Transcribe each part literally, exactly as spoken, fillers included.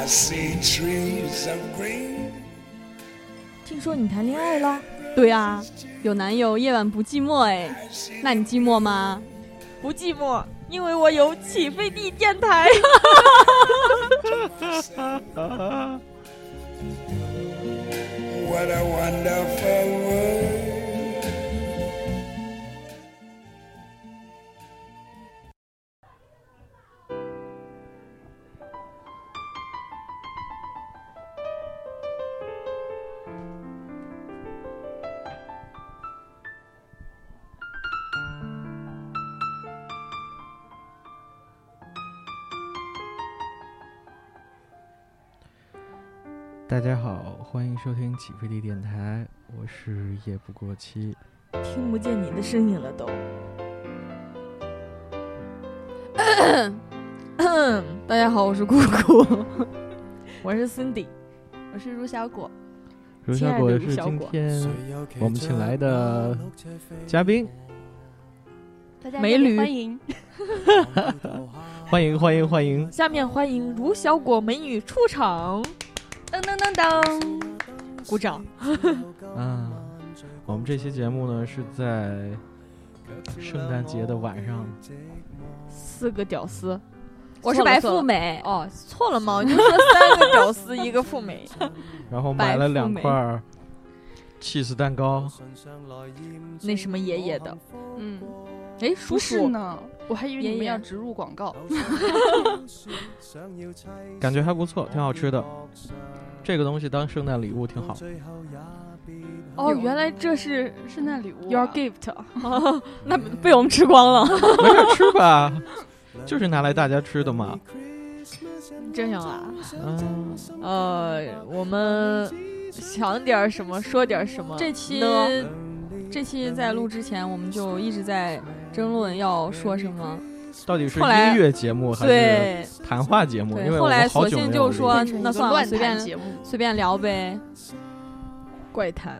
听说你谈恋爱了？ 对啊，有男友夜晚不寂寞哎。那你寂寞吗？ 不寂寞，因为我有起飞地电台。 What a wonderful world. 大家好，欢迎收听起飞地电台，我是夜不过期。 听不见你的声音了都。大家好，我是姑姑。我是 Cindy， 我是如小果。 如小果是今天我们请来的嘉宾， 大家美女欢迎。 欢迎欢迎欢迎！ 下面欢迎如小果美女出场。 噔噔噔噔， 鼓掌。 啊，我们这期节目呢是在圣诞节的晚上。 四个屌丝， 我是白富美。 哦，错了吗？我就说三个屌丝，一个富美。 然后买了两块cheese蛋糕。 那什么爷爷的？ 嗯， 哎，叔不是呢，我还以为你们要植入广告。 感觉还不错，挺好吃的。这个东西当圣诞礼物挺好。 哦，原来这是圣诞礼物、啊、 ，Your gift。哦，那被我们吃光了。 没事吃吧，就是拿来大家吃的嘛。 这样啊？ 嗯， 呃，我们想点什么，说点什么。 这期这期在录之前，我们就一直在争论要说什么。 到底是音乐节目还是谈话节目？因为后来索性就说那算了，随便节目随便聊呗。怪谈。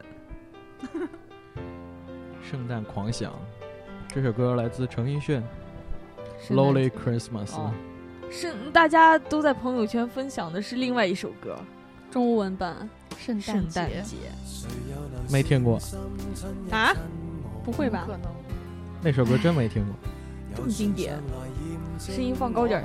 圣诞狂想，这首歌来自陈奕迅 Lonely Christmas。 哦，是大家都在朋友圈分享的是另外一首歌， 中文版圣诞节。 没听过啊？ 不会吧？ 那首歌真没听过。 这么经典，声音放高点。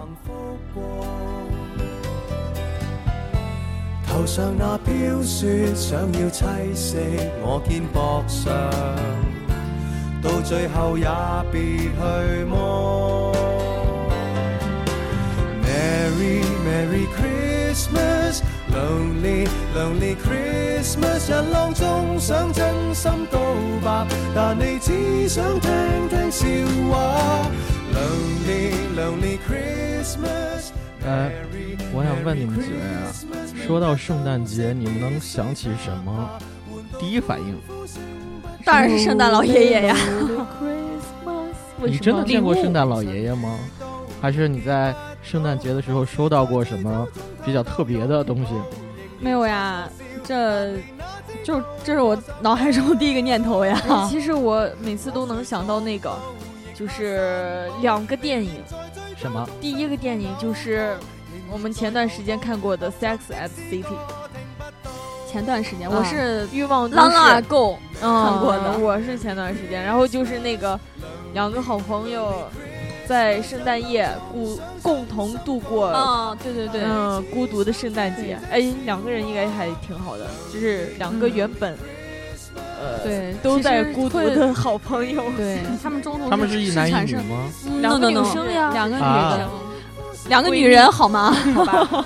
頭上那飄雪想要棲息我肩膊上，到最後也別去摸。Merry Merry Christmas Lonely Lonely Christmas 人浪中想真心告白，但你只想聽聽笑話。Lonely Lonely Christmas。 呃，我想問你們幾位啊，說到聖誕節，你們能想起什麼？第一反應？ 當然是聖誕老爺爺呀。 你真的見過聖誕老爺爺嗎？還是你在聖誕節的時候收到過什麼比較特別的東西？ 沒有呀，這就這是我腦海中第一個念頭呀。 其實我每次都能想到那個，就是兩個電影。 什麼？ 第一個電影就是我們前段時間看過的《Sex and the City》。 前段時間、嗯、我是欲望都市 Long Ago 看過的、 嗯，我是前段時間。然後就是那個兩個好朋友在聖誕夜共共同度過。 啊，對對對， 嗯，孤獨的聖誕節。哎，兩個人應該還挺好的，就是兩個原本。嗯呃， 对， 都在孤獨的好朋友。 对，他們中途他們是一男一女嗎？ 兩個女生呀， 兩個女的， 啊、 兩個女人好嗎？ 好吧。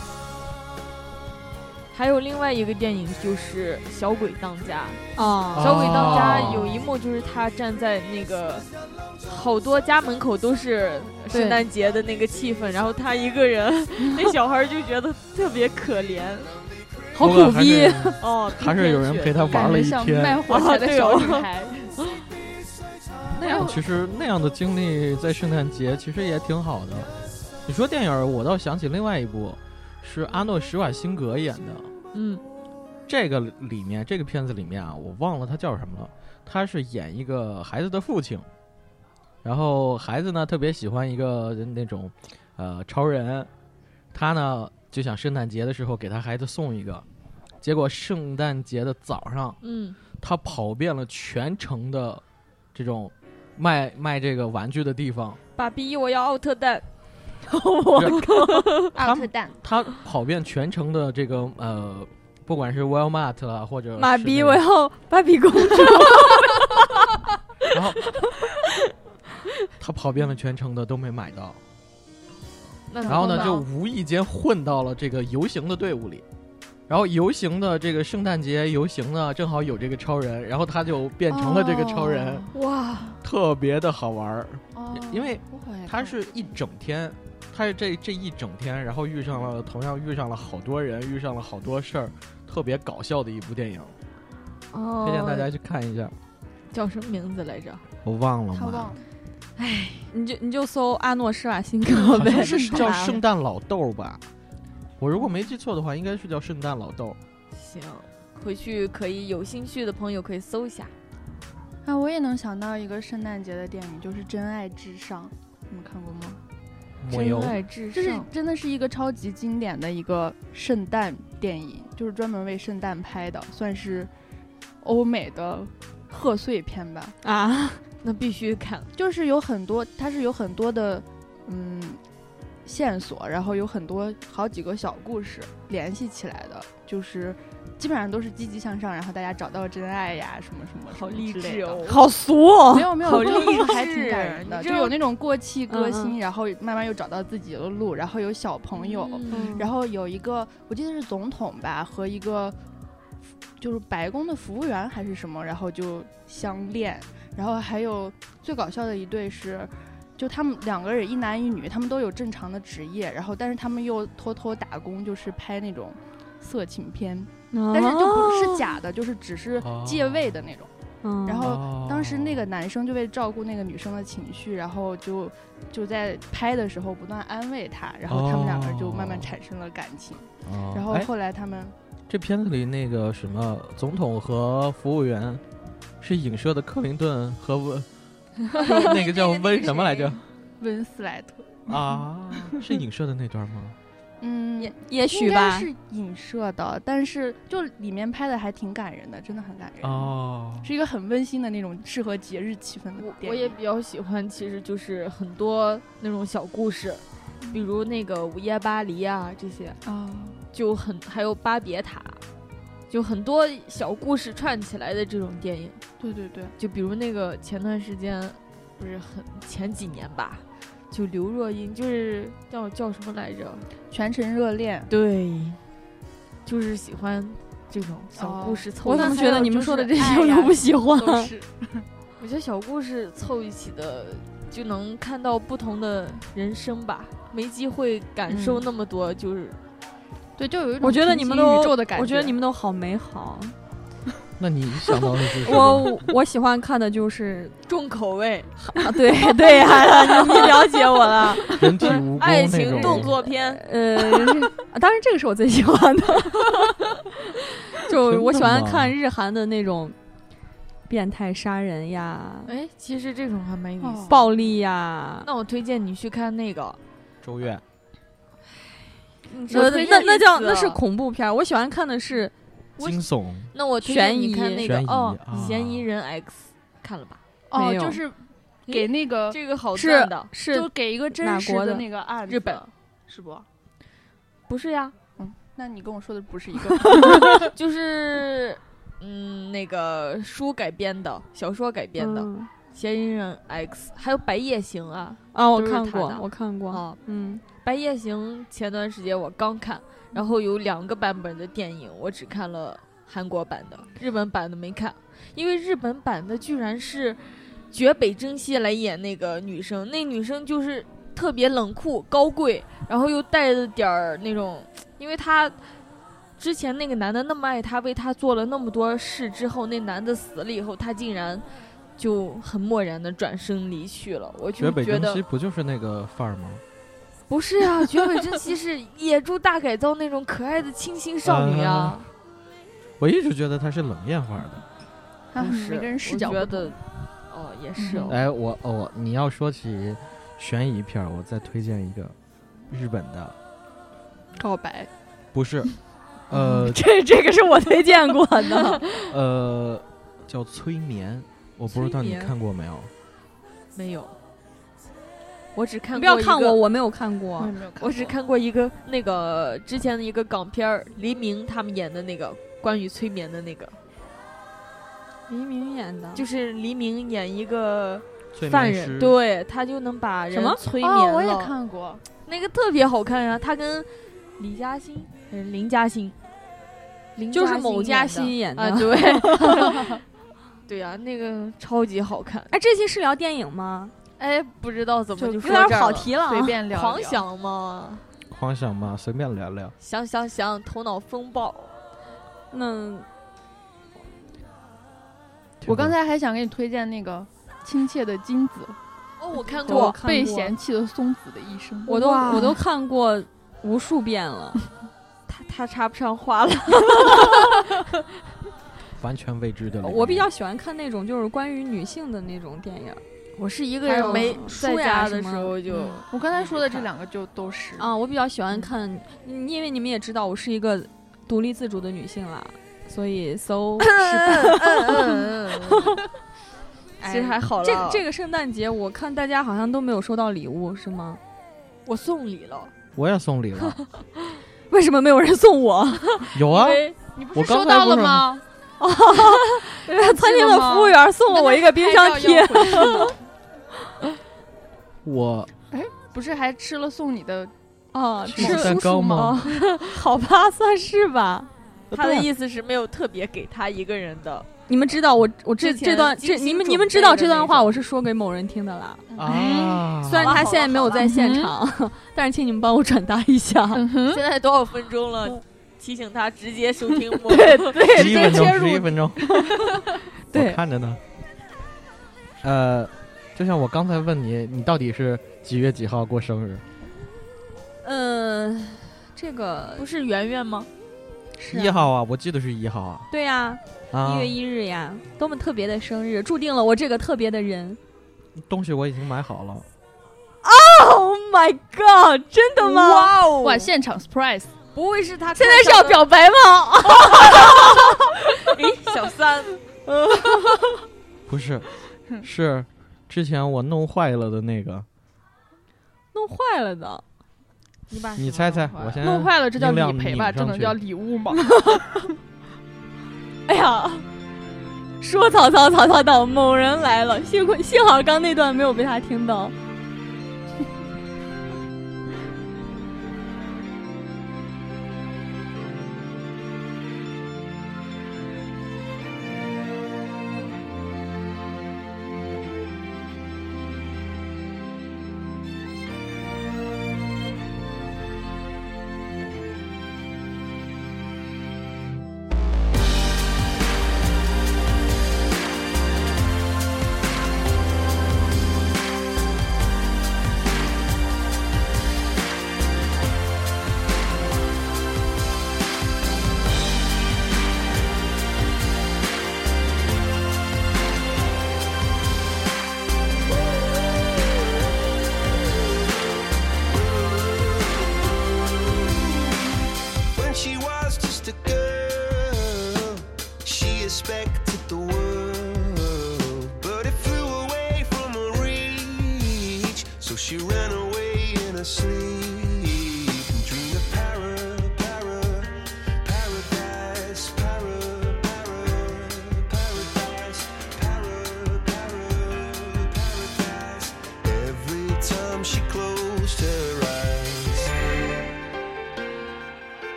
還有另外一個電影就是《小鬼當家》 啊， 《小鬼當家》有一幕就是他站在那個好多家門口都是聖誕節的那個氣氛，然後他一個人，那小孩就覺得特別可憐。 好苦逼哦， 還是有人陪他玩了一天， 賣火柴的小女孩。 那樣其實那樣的經歷在聖誕節其實也挺好的。你說電影，我倒想起另外一部，是阿諾施瓦辛格演的。 嗯， 這個裡面這個片子裡面啊，我忘了他叫什麼了。他是演一個孩子的父親，然後孩子呢特別喜歡一個那種呃超人，他呢。 就想圣诞节的时候给他孩子送一个，结果圣诞节的早上， 嗯， 他跑遍了全城的这种卖卖这个玩具的地方。 爸比，我要奥特蛋。 我靠， 奥特蛋， 他跑遍全城的这个呃，不管是 Walmart 啊，或者妈逼，我要芭比公主。 然后他跑遍了全城的都没买到，然后呢就无意间混到了这个游行的队伍里。然后游行的这个圣诞节游行呢，正好有这个超人，然后他就变成了这个超人。 哦、哇， 特别的好玩儿、 哦、 因为他是一整天，他是这这一整天，然后遇上了同样遇上了好多人，遇上了好多事儿，特别搞笑的一部电影。 哦， 推荐大家去看一下。 叫什么名字来着？ 我忘了嘛。 他忘了。 哎，你就你就搜阿诺施瓦辛格呗， 是叫圣诞老豆吧？我如果没记错的话，应该是叫圣诞老豆。 行，回去可以有兴趣的朋友可以搜一下。 啊，我也能想到一个圣诞节的电影，就是《真爱至上》，你们看过吗？ 真爱至上， 这是真的是一个超级经典的一个圣诞电影，就是专门为圣诞拍的，算是欧美的贺岁片吧。 啊，那必须看。 就是有很多，它是有很多的，嗯。线索，然后有很多好几个小故事联系起来的，就是基本上都是积极向上，然后大家找到真爱呀，什么什么， 好励志哦， 好俗哦， 没有没有， 好励志， 还挺感人的，就有那种过气歌星，嗯嗯然后慢慢又找到自己的路，然后有小朋友，嗯、然后有一个我记得是总统吧，和一个就是白宫的服务员还是什么，然后就相恋，然后还有最搞笑的一对是。就他们两个人一男一女，他们都有正常的职业，然后但是他们又偷偷打工，就是拍那种色情片，哦、但是就不是假的，就是只是借位的那种。哦、然后当时那个男生就为照顾那个女生的情绪，然后就就在拍的时候不断安慰她，然后他们两个人就慢慢产生了感情。哦、然后后来他们、哎、 这片子里那个什么总统和服务员是影射的克林顿和温。那个叫温什么来着？ 温斯莱特啊，是影射的那段吗？ 嗯， 也也许吧， 是影射的，但是就里面拍的还挺感人的，真的很感人哦，是一个很温馨的那种适合节日气氛的电影。 我也比较喜欢，其实就是很多那种小故事，比如那个午夜巴黎啊这些啊，就很还有巴别塔。就很多小故事串起来的这种电影， 对对对， 就比如那个前段时间，不是很前几年吧，就刘若英就是叫叫什么来着， 全程热恋， 对，就是喜欢这种小故事凑、 哦。我怎么觉得你们说的这些我都不喜欢？ 我觉得小故事凑一起的，就能看到不同的人生吧，没机会感受那么多，嗯、就是。 对，就有一种我觉得你们都， 宇宙的感觉我觉得你们都好美好。 那你想到的是什么？我我喜欢看的就是重口味， 啊、对对呀、啊，你了解我了。 人体蜈蚣爱情动作片， 呃，当然这个是我最喜欢的。就我喜欢看日韩的那种变态杀人呀， 哎，其实这种还蛮有意思、哦， 暴力呀。 那我推荐你去看那个《 咒怨》。 那那那叫那是恐怖片，我喜欢看的是惊悚。 那我推荐你看那个哦， 啊、 嫌疑人 X 看了吧？ 哦，就是给那个这个好赞的， 是就给一个真实的那个案子， 日本是不？ 不是呀， 嗯，那你跟我说的不是一个， 就是嗯那个书改编的，小说改编的。嗯嫌疑人 X 还有白夜行啊啊，我看过，我看过啊， 嗯， 白夜行前段时间我刚看，然后有两个版本的电影，我只看了韩国版的，日本版的没看，因为日本版的居然是绝北真希来演那个女生，那女生就是特别冷酷高贵，然后又带着点儿那种，因为她之前那个男的那么爱她，为她做了那么多事之后，那男的死了以后，她竟然就很漠然的转身离去了。我就觉得绝北真希不就是那个范儿吗？ 不是啊，绝北真希是野猪大改造那种可爱的清新少女啊、呃、 我一直觉得她是冷艳范儿的。 不是， 每个人视角我觉得哦也是哦、 嗯、哎我哦你要说起悬疑片，我再推荐一个日本的告白不是，呃， 这这个是我推荐过的， 呃，叫催眠，我不知道你看过没有？ 没有，我只看过。 不要看我，我没有看过， 我没有看过我只看过一个那个之前的一个港片儿，黎明他们演的那个关于催眠的那个。 黎明演的， 就是黎明演一个催犯人， 眠师对他就能把人什么催眠了。 哦，我也看过， 那个特别好看呀、啊，他跟李嘉欣还是林嘉欣，林嘉欣就是某嘉欣演的啊，对，对呀、啊，那个超级好看。 哎，这期是聊电影吗？ 哎，不知道怎么就有说这儿点跑题了， 随便聊聊狂想嘛， 狂想嘛，随便聊聊， 想想想，头脑风暴。 那我刚才还想给你推荐那个亲切的金子。 哦，我看过被嫌弃的松子的一生， 我都我都看过无数遍了。 他他插不上话了， 完全未知的。 我比较喜欢看那种就是关于女性的那种电影。 我是一个人没在家的时候就， 嗯、我刚才说的这两个就都是啊，我比较喜欢看，嗯、因为你们也知道我是一个独立自主的女性啦。所以搜是其实还好了。 这个这个圣诞节，我看大家好像都没有收到礼物，是吗？ 我送礼了， 我也送礼了。 为什么没有人送我？ 有啊， 你不是收到了吗？ 啊，餐厅的服务员送了我一个冰箱贴。 我哎，不是还吃了送你的啊？ 吃蛋糕吗？ 好吧，算是吧。 他的意思是没有特别给他一个人的。 你们知道我我这这段这你们你们知道这段话我是说给某人听的啦。 啊， 虽然他现在没有在现场，但是请你们帮我转达一下。 现在多少分钟了？提醒他直接收听。 对对， 十一分钟，十一分钟。 对， 我看着呢。呃，就像我刚才问你，你到底是几月几号过生日？ 呃，这个不是圆圆吗？ 一号啊，我记得是一号啊。 对呀、啊，一、啊、月一日呀，多么特别的生日，注定了我这个特别的人。 东西我已经买好了。 Oh my god！ 真的吗？ 哇哦！ 哇，现场 surprise！ 不会是他现在是要表白吗？ 诶，小三。 不是，是之前我弄坏了的那个。 弄坏了的。 你把你猜猜，我先弄坏了，这叫理赔吧？这能叫礼物吗？ 哎呀，说曹操，曹操到，某人来了。幸亏幸好刚那段没有被他听到。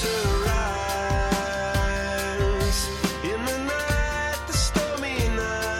In the night, the stormy night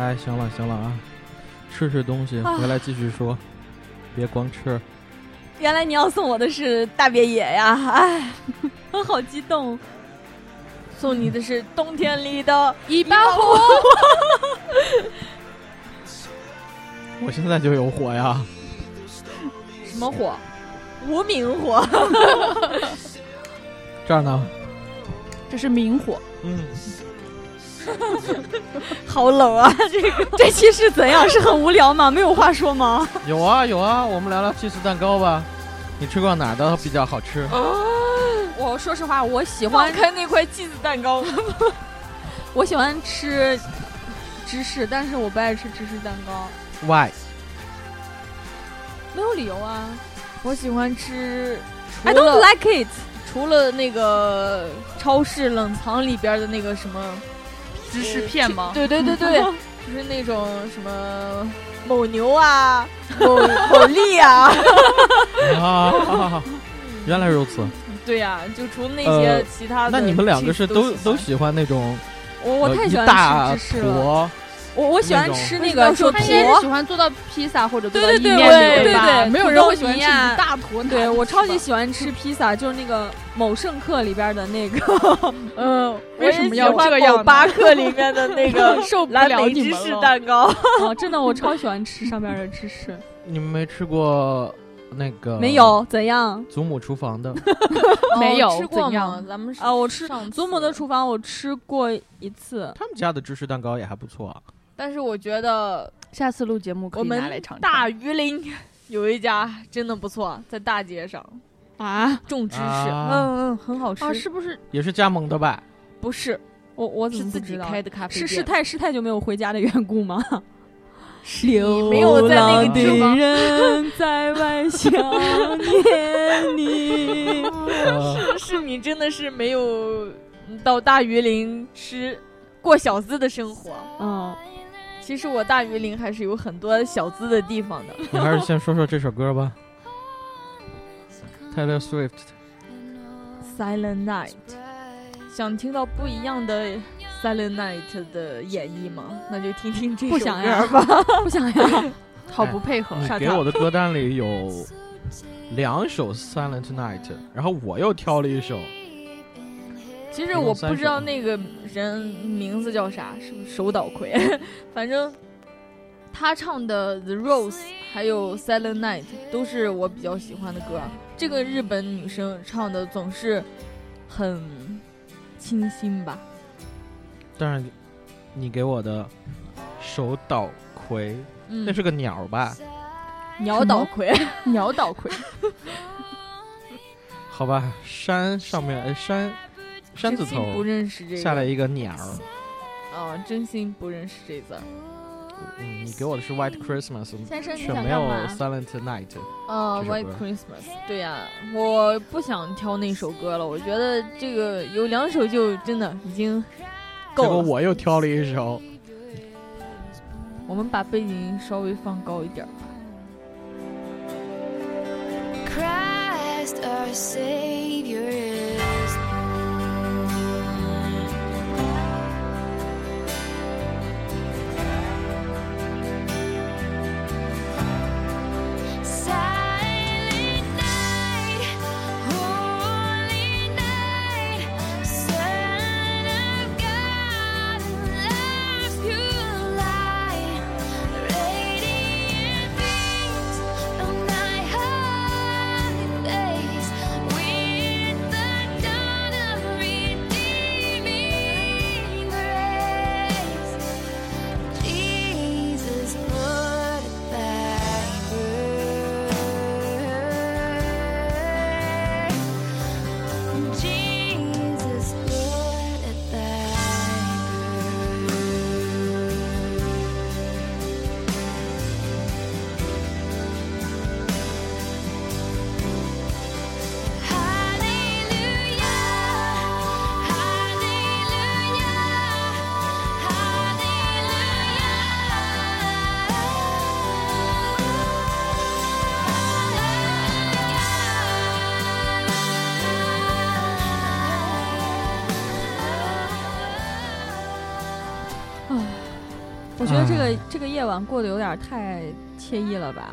哎，行了行了啊，吃吃东西，回来继续说，啊、别光吃。 原来你要送我的是大别野呀！哎，我好激动。 送你的是冬天里的一把火。 我现在就有火呀。 什么火？无名火。 这儿呢？ 这是明火。 嗯。 好冷啊！这个这期是怎样？是很无聊吗？没有话说吗？ 有啊有啊，我们聊聊起司蛋糕吧。你吃过哪的比较好吃？ 啊、我说实话，我喜欢开那块起司蛋糕。 我喜欢吃芝士，但是我不爱吃芝士蛋糕。 Why？ 没有理由啊。 我喜欢吃。 I don't like it。 除了那个超市冷藏里边的那个什么芝士片吗？ 对对对对，就是那种什么某牛啊、某某利啊。 啊，原来如此。 对呀、啊，就除了那些其他的、 呃。那你们两个是都都喜欢那种？ 我我太喜欢吃芝士了。我我喜欢吃那个说他应该是喜欢做到披萨或者做到意面里对对对， 没有人会喜欢吃一大坨。 对我超级喜欢吃披萨，就是那个某圣客里边的那个， 嗯， 为什么要这样？ 巴克里面的那个受不了芝士蛋糕。 哦，真的，我超喜欢吃上面的芝士。 你们没吃过那个？ 没有，怎样？ 祖母厨房的没有吃过吗？咱们啊，我吃祖母的厨房，我吃过一次。 他们家的芝士蛋糕也还不错啊。 但是我觉得下次录节目可以拿来尝尝。 大榆林有一家真的不错，在大街上啊种芝士， 啊、 嗯嗯，很好吃啊，是不是也是加盟的吧？ 不是， 我我怎么是自己开的咖啡店？ 是师太师太就没有回家的缘故吗？ 流没有在那个地方。 人在外想念你。 是是你真的是没有到大榆林吃过小资的生活。 嗯， 其实我大榆林还是有很多小资的地方的。 你还是先说说这首歌吧。Taylor Swift Silent Night。想听到不一样的 Silent Night 的演绎吗？那就听听这首歌吧。 不想呀， 好不配合。 你给我的歌单里有两首 Silent Night， 然后我又挑了一首。 其实我不知道那个人名字叫啥，是不是手岛葵？反正他唱的 The Rose 还有 Silent Night 都是我比较喜欢的歌。这个日本女生唱的总是很清新吧。 但是你给我的手岛葵、嗯、那是个鸟吧？ 鸟岛葵。 鸟岛葵。 好吧，山上面山山字头不认识这个， 下来一个鸟。 哦，真心不认识这字儿。 嗯，你给我的是 White Christmas， 先生却没有 Silent Night。 哦、uh, ，White Christmas， 对呀、啊，我不想挑那首歌了，我觉得这个有两首就真的已经够了。 结果我又挑了一首。 我们把背景稍微放高一点吧。Christ our Savior is born. 我觉得这个、啊、这个夜晚过得有点太惬意了吧？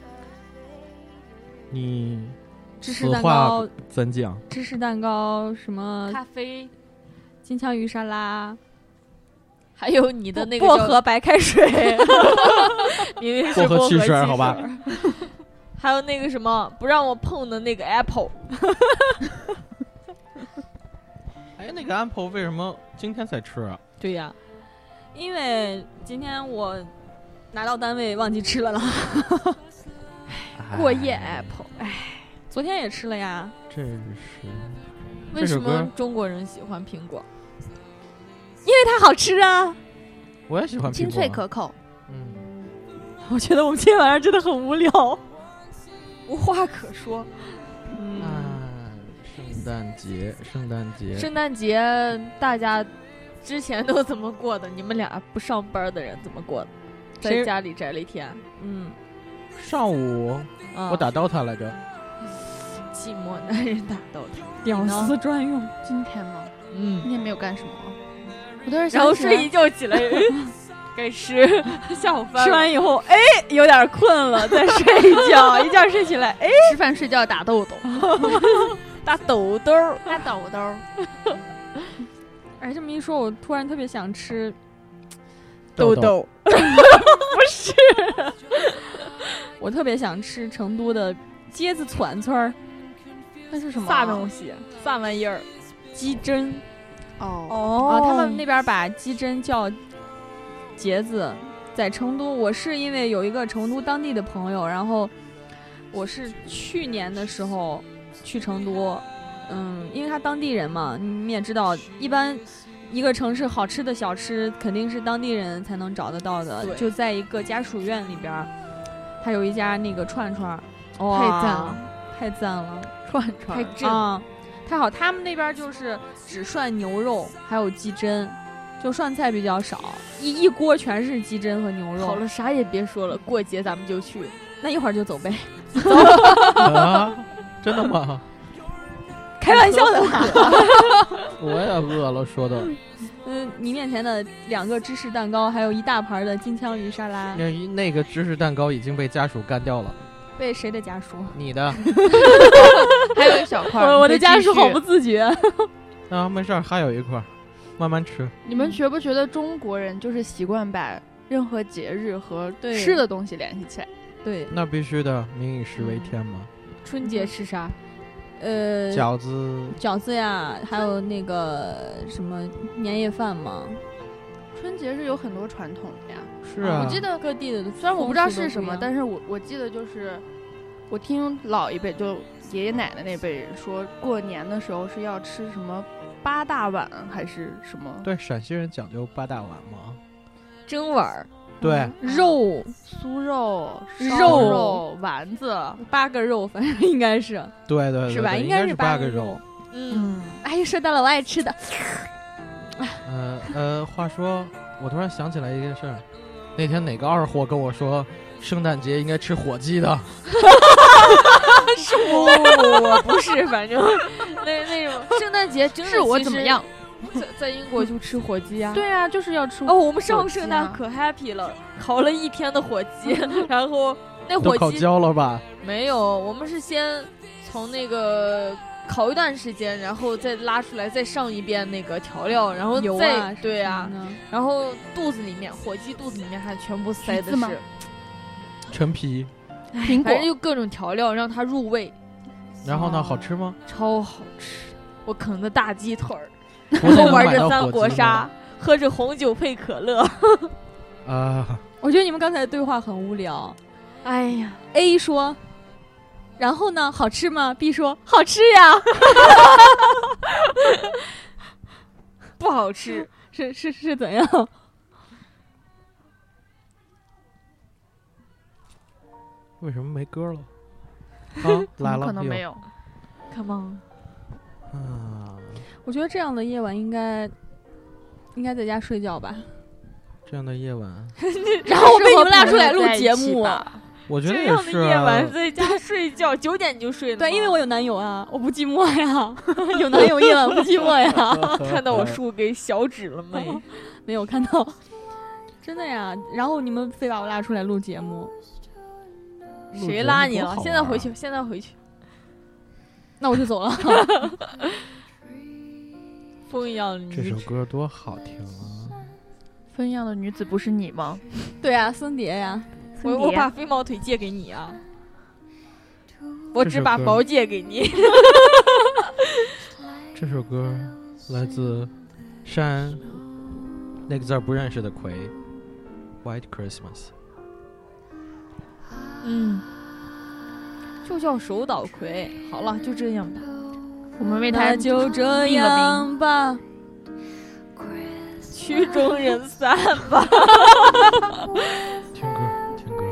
你芝士蛋糕怎讲？ 芝士蛋糕什么？ 咖啡、 金枪鱼沙拉， 还有你的那个薄荷白开水， 明明是薄荷汽水，好吧？ 还有那个什么不让我碰的那个 apple。 哎，那个 apple 为什么今天才吃啊？ 对呀、啊， 因为今天我拿到单位忘记吃了了。 过夜 apple， 哎，昨天也吃了呀。 真是。 为什么中国人喜欢苹果？ 因为它好吃啊。 我也喜欢苹果， 清脆可口。 嗯，我觉得我们今天晚上真的很无聊， 无话可说。 嗯。啊圣诞节，圣诞节， 圣诞节，大家之前都怎么过的？你们俩不上班的人怎么过的？在家里宅了一天。 嗯， 上午、嗯、我打 D O T A 来着。 寂寞男人打 D O T A， 屌丝专用。 今天吗？ 嗯， 今天没有干什么。我都是然后睡一觉起来，该吃下午饭。 吃完以后，哎，有点困了，再睡一觉，一觉睡起来，哎， 吃饭睡觉打豆豆。 大豆豆， 大豆豆。 哎，这么一说，我突然特别想吃豆豆。 不是，我特别想吃成都的椰子串串儿。 那是什么？ 啥东西？啥玩意儿？ 鸡胗。 哦哦啊！他们那边把鸡胗叫茄子。在成都，我是因为有一个成都当地的朋友，然后我是去年的时候。去成都，嗯，因为他当地人嘛，你们也知道，一般一个城市好吃的小吃肯定是当地人才能找得到的。就在一个家属院里边，他有一家那个串串， 哇，太赞了， 太赞了， 串串太正啊，太好。他们那边就是只涮牛肉，还有鸡胗，就涮菜比较少，一一锅全是鸡胗和牛肉。 好了，啥也别说了，过节咱们就去， 那一会儿就走呗。 走。 啊真的吗？ 开玩笑的吧。 我也饿了，说的。 嗯，你面前的两个芝士蛋糕，还有一大盘的金枪鱼沙拉。 那那个芝士蛋糕已经被家属干掉了。 被谁的家属？ 你的。 还有一小块。 我的家属好不自觉。 啊，没事儿，还有一块，慢慢吃。 你们觉不觉得中国人就是习惯把任何节日和吃的东西联系起来？ 对， 那必须的，民以食为天嘛。 春节吃啥？ 呃， 饺子， 饺子呀，还有那个什么年夜饭嘛。 春节是有很多传统的呀。 是啊， 我记得各地的， 虽然我不知道是什么，但是我我记得就是，我听老一辈就爷爷奶奶那辈人说，过年的时候是要吃什么八大碗还是什么？ 对，陕西人讲究八大碗嘛， 蒸碗。 对、 嗯，肉、 酥肉、 肉、 肉丸子， 八个肉，反正应该是， 对 对, 对， 是吧？ 应该是八个肉。 嗯，哎，说到了我爱吃的。 呃呃，话说，我突然想起来一件事儿，那天哪个二货跟我说，圣诞节应该吃火鸡的。 是我，我不是，反正那那种圣诞节真的是我怎么样？ 在在英国就吃火鸡呀、啊， 对啊，就是要吃哦。我们上圣诞可 happy 了，烤了一天的火鸡，然后那火鸡都烤焦了吧？ 没有，我们是先从那个烤一段时间，然后再拉出来，再上一遍那个调料，然后再、 啊、 对啊，然后肚子里面火鸡肚子里面还全部塞的是陈皮、 苹果， 反正就各种调料让它入味。 然后呢，好吃吗？ 超好吃，我啃的大鸡腿儿。然后玩着三国杀，喝着红酒配可乐。 啊！ 我觉得你们刚才的对话很无聊。 哎呀 ，A 说，然后呢，好吃吗 ？B 说，好吃呀。 不好吃， 是是是怎样？ 为什么没歌了？啊，来了， 可能没有。 Come on。 啊。 我觉得这样的夜晚应该应该在家睡觉吧。 这样的夜晚， 然后被你们拉出来录节目， 我觉得这样的夜晚在家睡觉，九点就睡了。 对，因为我有男友啊，我不寂寞呀。有男友夜晚不寂寞呀。 看到我输给小指了没？ 没有看到。 真的呀。然后你们非把我拉出来录节目， 谁拉你了？现在回去，现在回去。 那我就走了。 风一样的女子， 这首歌多好听啊！ 风一样的女子不是你吗？ 对啊，森碟呀。 我我把飞毛腿借给你啊，我只把包借给你。 这首歌来自山那个字不认识的葵 White Christmas。 嗯，就叫手岛葵。好了，就这样吧， 我们为他就这样吧， 曲终人散吧。 听歌听歌。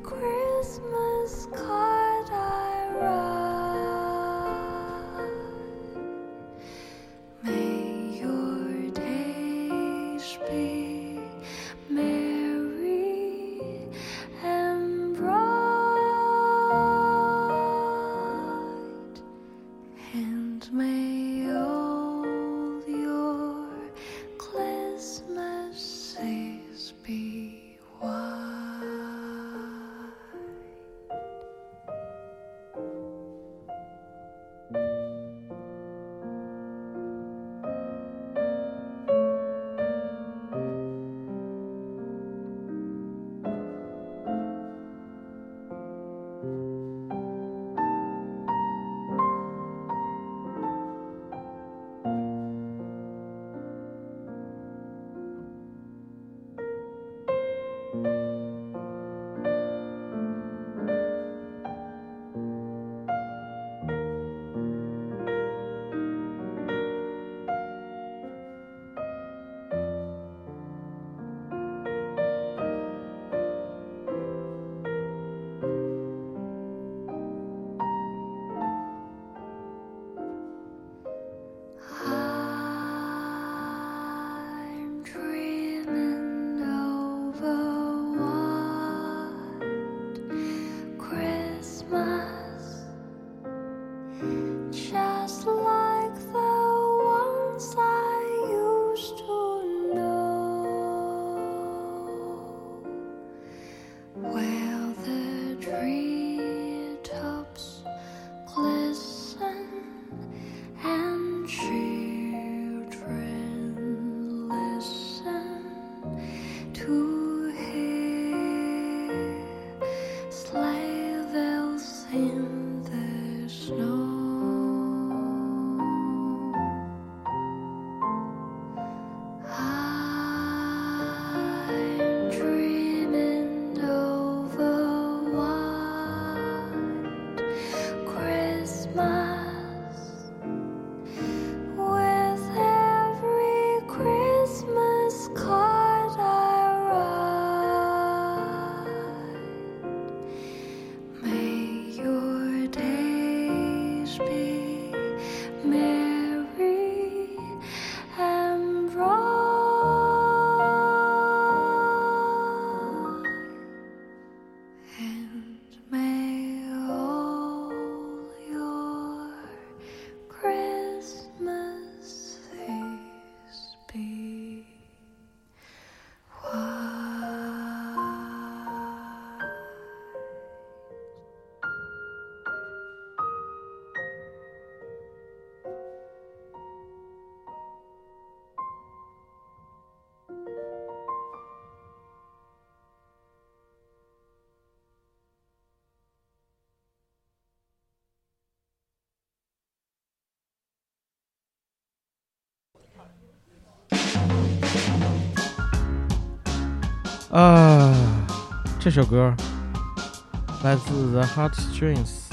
啊，这首歌来自 The Heartstrings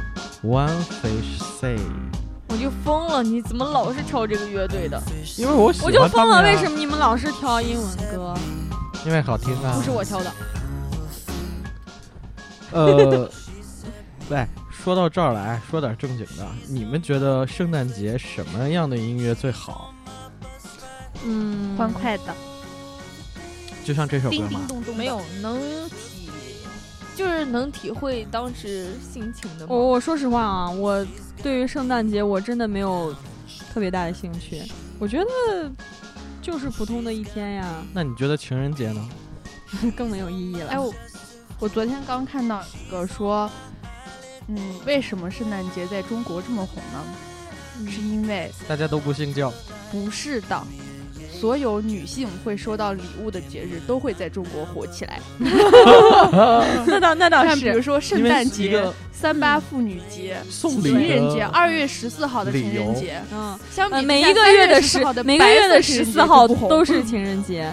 One Fish Say。 我就疯了，你怎么老是挑这个乐队的？ 因为我喜欢我就疯了， 他们呀为什么你们老是挑英文歌？ 因为好听啊。 不是我挑的。 呃，喂，说到这儿来，说点正经的，你们觉得圣诞节什么样的音乐最好？ 嗯， 欢快的， 就像这首歌叮叮嘛， 咚咚， 没有能体，就是能体会当时心情的吗？ 我我说实话啊，我对于圣诞节我真的没有特别大的兴趣，我觉得就是普通的一天呀。 那你觉得情人节呢？ 更没有意义了。 哎，我我昨天刚看到一个说，嗯，为什么圣诞节在中国这么红呢？嗯、是因为大家都不信教。 不是的。所有女性会收到礼物的节日都会在中国火起来。 那倒那倒是， 比如说圣诞节、三八妇女节、情人节，二月十四号的情人节。嗯，相比、呃、 每一个月的十每个月的十四号都是情人节。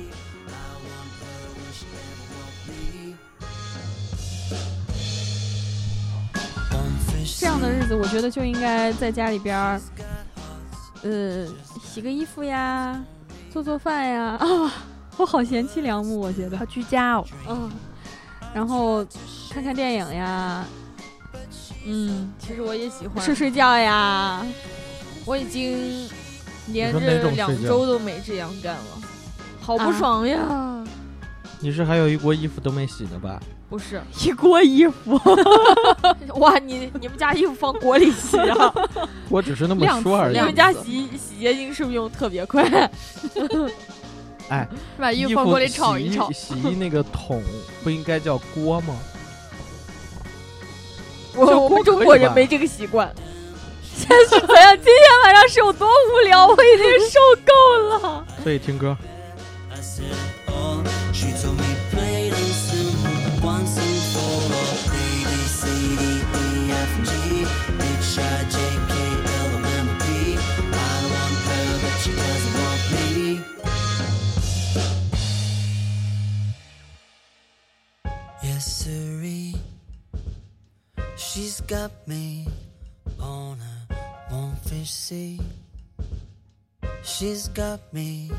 这样的日子，我觉得就应该在家里边儿。呃，洗个衣服呀，做做饭呀，啊、哦，我好贤妻良母，我觉得好居家哦。 嗯，然后看看电影呀， 嗯，其实我也喜欢睡睡觉呀。 我已经连着两周都没这样干了，好不爽呀！啊、 你是还有一锅衣服都没洗呢吧？ 不是一锅衣服， 哇！你你们家衣服放锅里洗啊？ 我只是那么说而已。 你们家洗洗洁精是不是用特别快？ 哎， 把衣服放锅里炒一炒。 洗衣那个桶不应该叫锅吗？ 我我们中国人没这个习惯。 现在是怎样？今天晚上是有多无聊？我已经受够了。 所以听歌。 Once and for all, A, B, C, D, E, F, G, H, I, J, K, L, M, N, P. I want her, but she doesn't want me. Yes, sirree, she's got me on a monkfish sea. She's got me.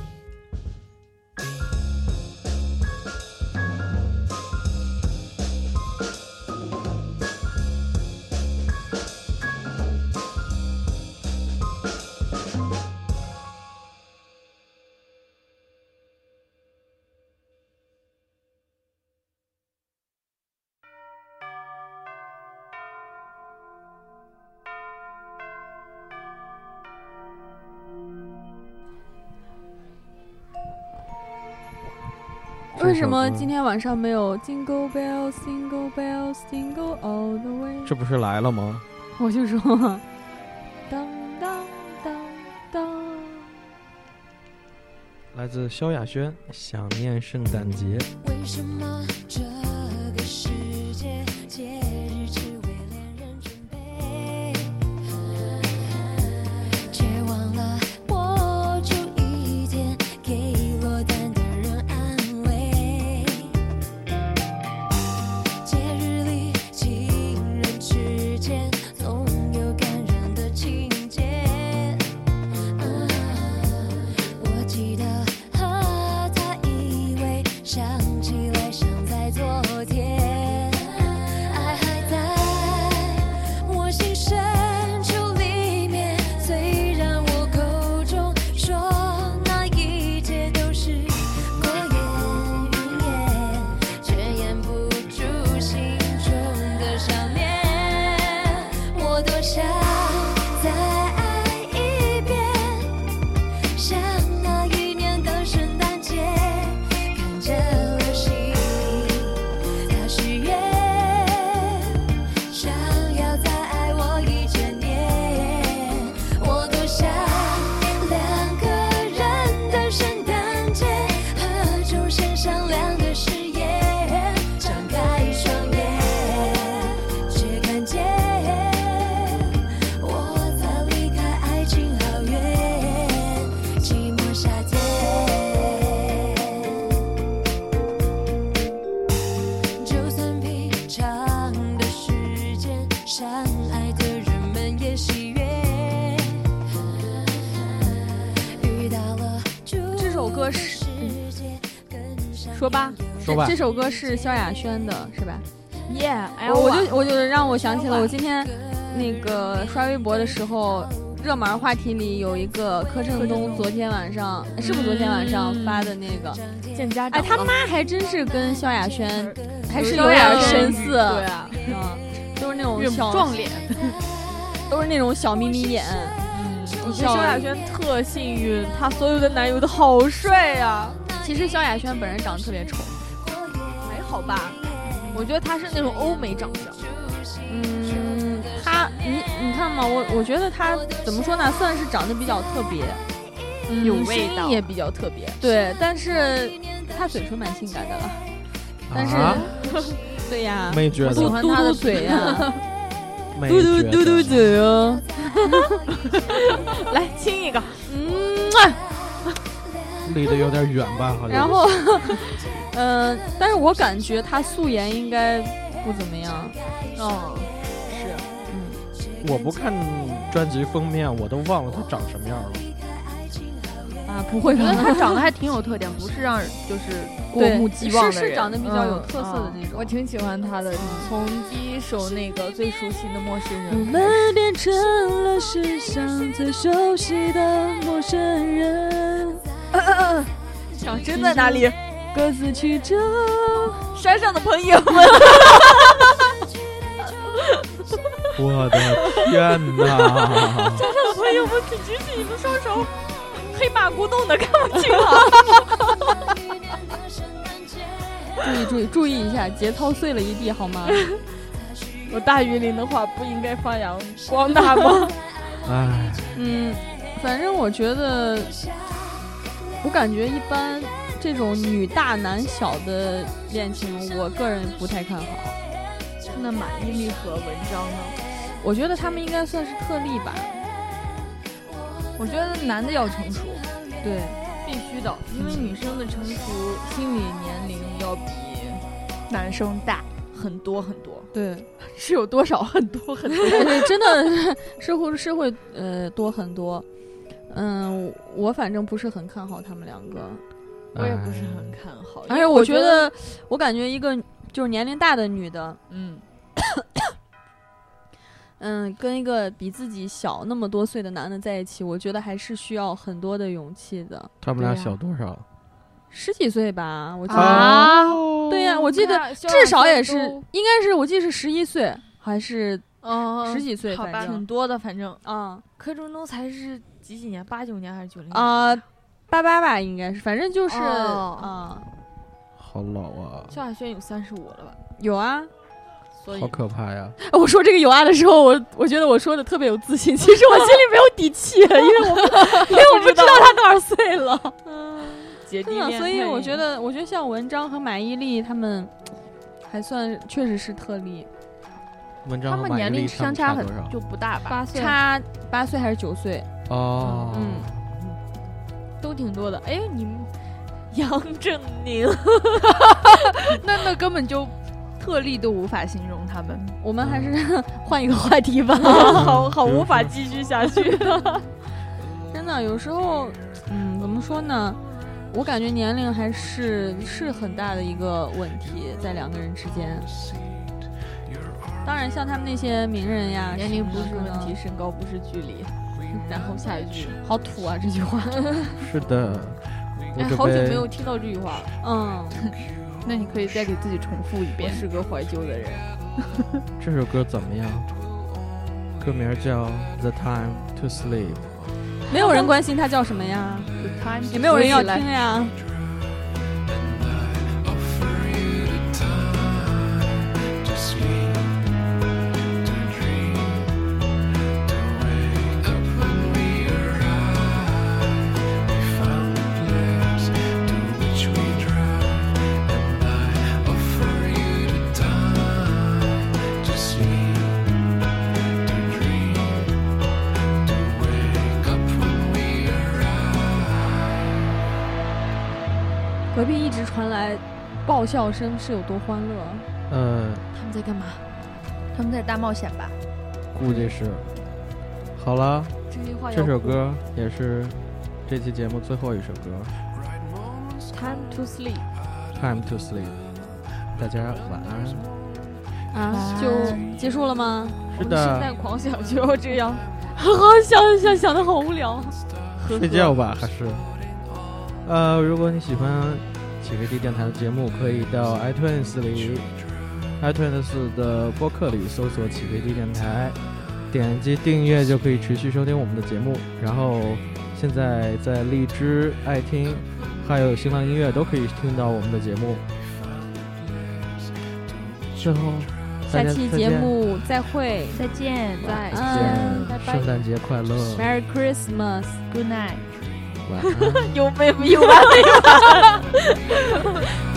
为什么今天晚上没有 Jingle Bells Jingle Bells Jingle All the Way？ 这不是来了吗？ 我就说当当当当。 来自萧亚轩，想念圣诞节。 为什么这个世界节日只为恋人准备？却忘了我就一天给落单的人安慰。节日里情人之间总有感人的情节。我记得和他依偎，想起来像在昨天，爱还在我心深处里面，虽然我口中说那一切都是过眼云烟，却掩不住心中的想念。我多想再爱一遍，像那一年的圣诞节，看着流星，他许愿，想要再爱我一千年。我多想两个人的圣诞节，和钟声响亮的誓言，张开双眼，却看见我在离开爱情好远，寂寞夏天。就算平常的时间，相爱的人们也喜悦。遇到了这首歌是说吧， 说吧这首歌是萧亚轩的，是吧？ 耶！哎我我就我就让我想起了我今天那个刷微博的时候，热门话题里有一个柯震东昨天晚上是不是昨天晚上发的那个？ 见家长哎，他妈还真是跟萧亚轩还是有萧亚点轩神似， 对啊， 嗯，都是那种岳母小撞脸。 都是那种小眯眯眼。 我觉得萧亚轩特幸运，她所有的男友都好帅呀、 其实萧亚轩本人长得特别丑， 好吧，我觉得他是那种欧美长相。 嗯，他你你看嘛，我我觉得他怎么说呢，算是长得比较特别， 嗯、有味道，也比较特别。 对，但是他嘴唇蛮性感的了。但是， 啊、 对呀， 没觉得喜欢他的嘴呀， 嘟嘟嘟嘟嘴哦。 来亲一个， 嗯， 离得有点远吧，好像。 然后，嗯、呃，但是我感觉他素颜应该不怎么样。 哦，是， 嗯， 我不看专辑封面，我都忘了他长什么样了。 啊，不会吧？ 他长得还挺有特点，不是让就是过目寄望的人， 是是长得比较有特色的那种。 嗯、我挺喜欢他的，从第一首那个最熟悉的陌生人， 我们变成了世上最熟悉的陌生人。 讲真在哪里？ 各自去找山上的朋友们。 我的天哪！ 山上的朋友们，请举起你们双手。黑马咕咚的看不清了。 注意注意注意一下，节操碎了一地好吗？ 我大于零的话不应该发扬光大吗？ 哎， 嗯，反正我觉得，我感觉一般这种女大男小的恋情，我个人不太看好。 那马伊琍和文章呢？ 我觉得他们应该算是特例吧。 我觉得男的要成熟， 对， 必须的，因为女生的成熟心理年龄要比男生大很多很多。 对， 是有多少？很多很多， 对，真的是会是会呃多很多。嗯，我反正不是很看好他们两个， 我也不是很看好。 而且我觉得，我感觉一个就是年龄大的女的， 嗯。 嗯，跟一个比自己小那么多岁的男的在一起，我觉得还是需要很多的勇气的。 他们俩小多少？啊、 十几岁吧，我记得。 啊， 对呀、啊，我记得至少也是，应该是我记得是十一岁还是十几岁，反正挺多的，反正啊。 柯震东才是几几年？八九年还是九零年？ 啊，八八吧，应该是，反正就是啊、 哦呃。 好老啊！ 萧亚轩有三十五了吧？ 有啊。 好可怕呀！ 我说这个有啊的时候，我我觉得我说的特别有自信，其实我心里没有底气，因为我因为我不知道他多少岁了。 嗯，姐弟恋，所以我觉得，我觉得像文章和马伊琍他们还算确实是特例。 文章他们年龄相差很就不大吧？ 八岁，差八岁还是九岁？ 哦， 嗯， 都挺多的。哎，你们杨振宁， 那那根本就。特例都无法形容他们， 我们还是换一个话题吧， 好好无法继续下去。 真的，有时候，嗯，怎么说呢？我感觉年龄还是是很大的一个问题，在两个人之间。当然，像他们那些名人呀， 年龄不是问题，身高不是距离。然后下一句， 好土啊！这句话。 是的， 哎，好久没有听到这句话了。 嗯。 那你可以再给自己重复一遍。 我是个怀旧的人。 这首歌怎么样？歌名叫《The Time to Sleep》。 没有人关心它叫什么呀？也没有人要听呀。隔壁一直传来爆笑声，是有多欢乐？ 呃， 他们在干嘛？ 他们在大冒险吧？ 估计是。好了， 这句话这首歌也是这期节目最后一首歌。 Time to sleep. Time to sleep. 大家晚安。 啊，就结束了吗？ 是的。 圣诞狂想就要这样， 好想想想的好无聊。 睡觉吧，还是？呃，如果你喜欢起飞地电台的节目，可以到 iTunes 里 iTunes 的播客里搜索起飞地电台，点击订阅就可以持续收听我们的节目。然后现在在荔枝、爱听还有新浪音乐都可以听到我们的节目。 最后下期节目再会， 再见， 再见， 嗯、拜拜， 圣诞节快乐 ，Merry Christmas， Good night。 晚安。 有没有完没完？